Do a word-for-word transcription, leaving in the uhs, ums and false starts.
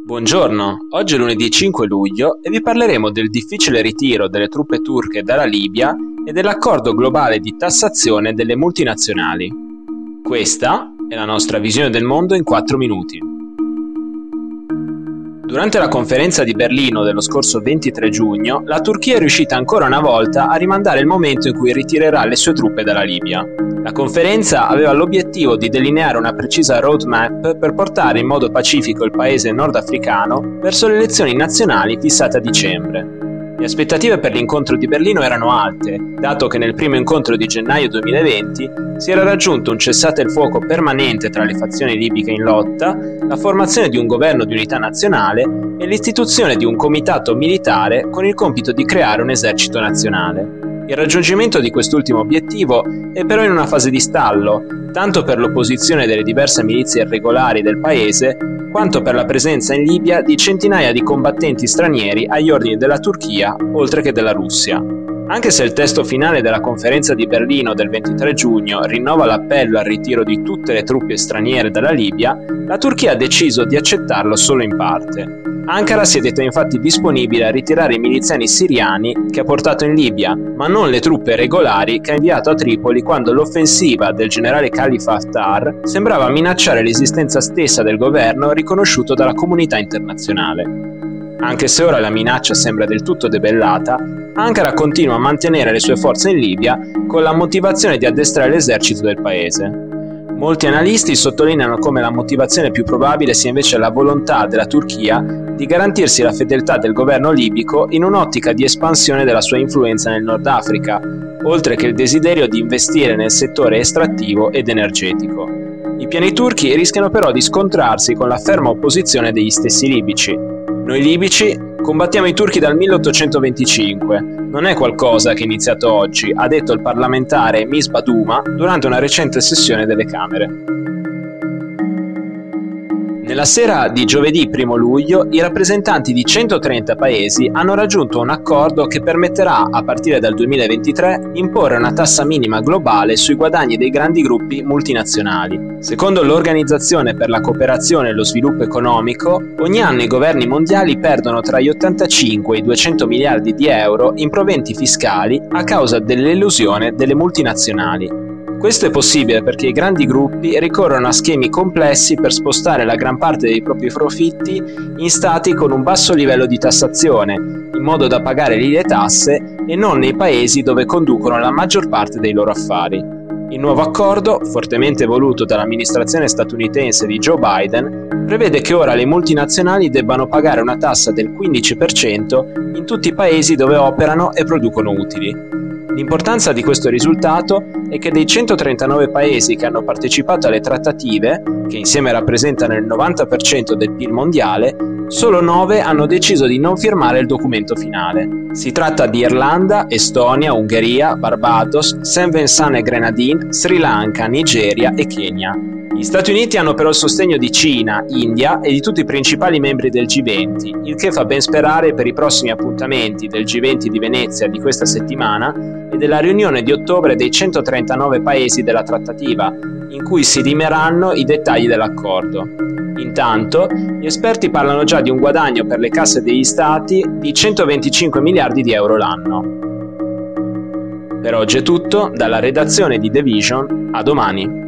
Buongiorno, oggi è lunedì cinque luglio e vi parleremo del difficile ritiro delle truppe turche dalla Libia e dell'accordo globale di tassazione delle multinazionali. Questa è la nostra visione del mondo in quattro minuti. Durante la conferenza di Berlino dello scorso ventitré giugno, la Turchia è riuscita ancora una volta a rimandare il momento in cui ritirerà le sue truppe dalla Libia. La conferenza aveva l'obiettivo di delineare una precisa roadmap per portare in modo pacifico il paese nordafricano verso le elezioni nazionali fissate a dicembre. Le aspettative per l'incontro di Berlino erano alte, dato che nel primo incontro di gennaio duemilaventi si era raggiunto un cessate il fuoco permanente tra le fazioni libiche in lotta, la formazione di un governo di unità nazionale e l'istituzione di un comitato militare con il compito di creare un esercito nazionale. Il raggiungimento di quest'ultimo obiettivo è però in una fase di stallo, tanto per l'opposizione delle diverse milizie irregolari del paese, quanto per la presenza in Libia di centinaia di combattenti stranieri agli ordini della Turchia, oltre che della Russia. Anche se il testo finale della conferenza di Berlino del ventitré giugno rinnova l'appello al ritiro di tutte le truppe straniere dalla Libia, la Turchia ha deciso di accettarlo solo in parte. Ankara si è detta infatti disponibile a ritirare i miliziani siriani che ha portato in Libia, ma non le truppe regolari che ha inviato a Tripoli quando l'offensiva del generale Khalifa Haftar sembrava minacciare l'esistenza stessa del governo riconosciuto dalla comunità internazionale. Anche se ora la minaccia sembra del tutto debellata, Ankara continua a mantenere le sue forze in Libia con la motivazione di addestrare l'esercito del paese. Molti analisti sottolineano come la motivazione più probabile sia invece la volontà della Turchia di garantirsi la fedeltà del governo libico in un'ottica di espansione della sua influenza nel Nord Africa, oltre che il desiderio di investire nel settore estrattivo ed energetico. I piani turchi rischiano però di scontrarsi con la ferma opposizione degli stessi libici. Noi libici combattiamo i turchi dal milleottocentoventicinque, non è qualcosa che è iniziato oggi, ha detto il parlamentare Misbah Duma durante una recente sessione delle Camere. Nella sera di giovedì primo luglio i rappresentanti di centotrenta paesi hanno raggiunto un accordo che permetterà, a partire dal duemilaventitré, imporre una tassa minima globale sui guadagni dei grandi gruppi multinazionali. Secondo l'Organizzazione per la Cooperazione e lo Sviluppo Economico, ogni anno i governi mondiali perdono tra gli ottantacinque e i duecento miliardi di euro in proventi fiscali a causa dell'elusione delle multinazionali. Questo è possibile perché i grandi gruppi ricorrono a schemi complessi per spostare la gran parte dei propri profitti in stati con un basso livello di tassazione, in modo da pagare lì le tasse e non nei paesi dove conducono la maggior parte dei loro affari. Il nuovo accordo, fortemente voluto dall'amministrazione statunitense di Joe Biden, prevede che ora le multinazionali debbano pagare una tassa del quindici per cento in tutti i paesi dove operano e producono utili. L'importanza di questo risultato è che dei centotrentanove paesi che hanno partecipato alle trattative, che insieme rappresentano il novanta per cento del P I L mondiale, solo nove hanno deciso di non firmare il documento finale. Si tratta di Irlanda, Estonia, Ungheria, Barbados, Saint Vincent e Grenadine, Sri Lanka, Nigeria e Kenya. Gli Stati Uniti hanno però il sostegno di Cina, India e di tutti i principali membri del G venti, il che fa ben sperare per i prossimi appuntamenti del G venti di Venezia di questa settimana e della riunione di ottobre dei centotrentanove paesi della trattativa, in cui si limeranno i dettagli dell'accordo. Intanto, gli esperti parlano già di un guadagno per le casse degli stati di centoventicinque miliardi di euro l'anno. Per oggi è tutto, dalla redazione di The Vision, a domani.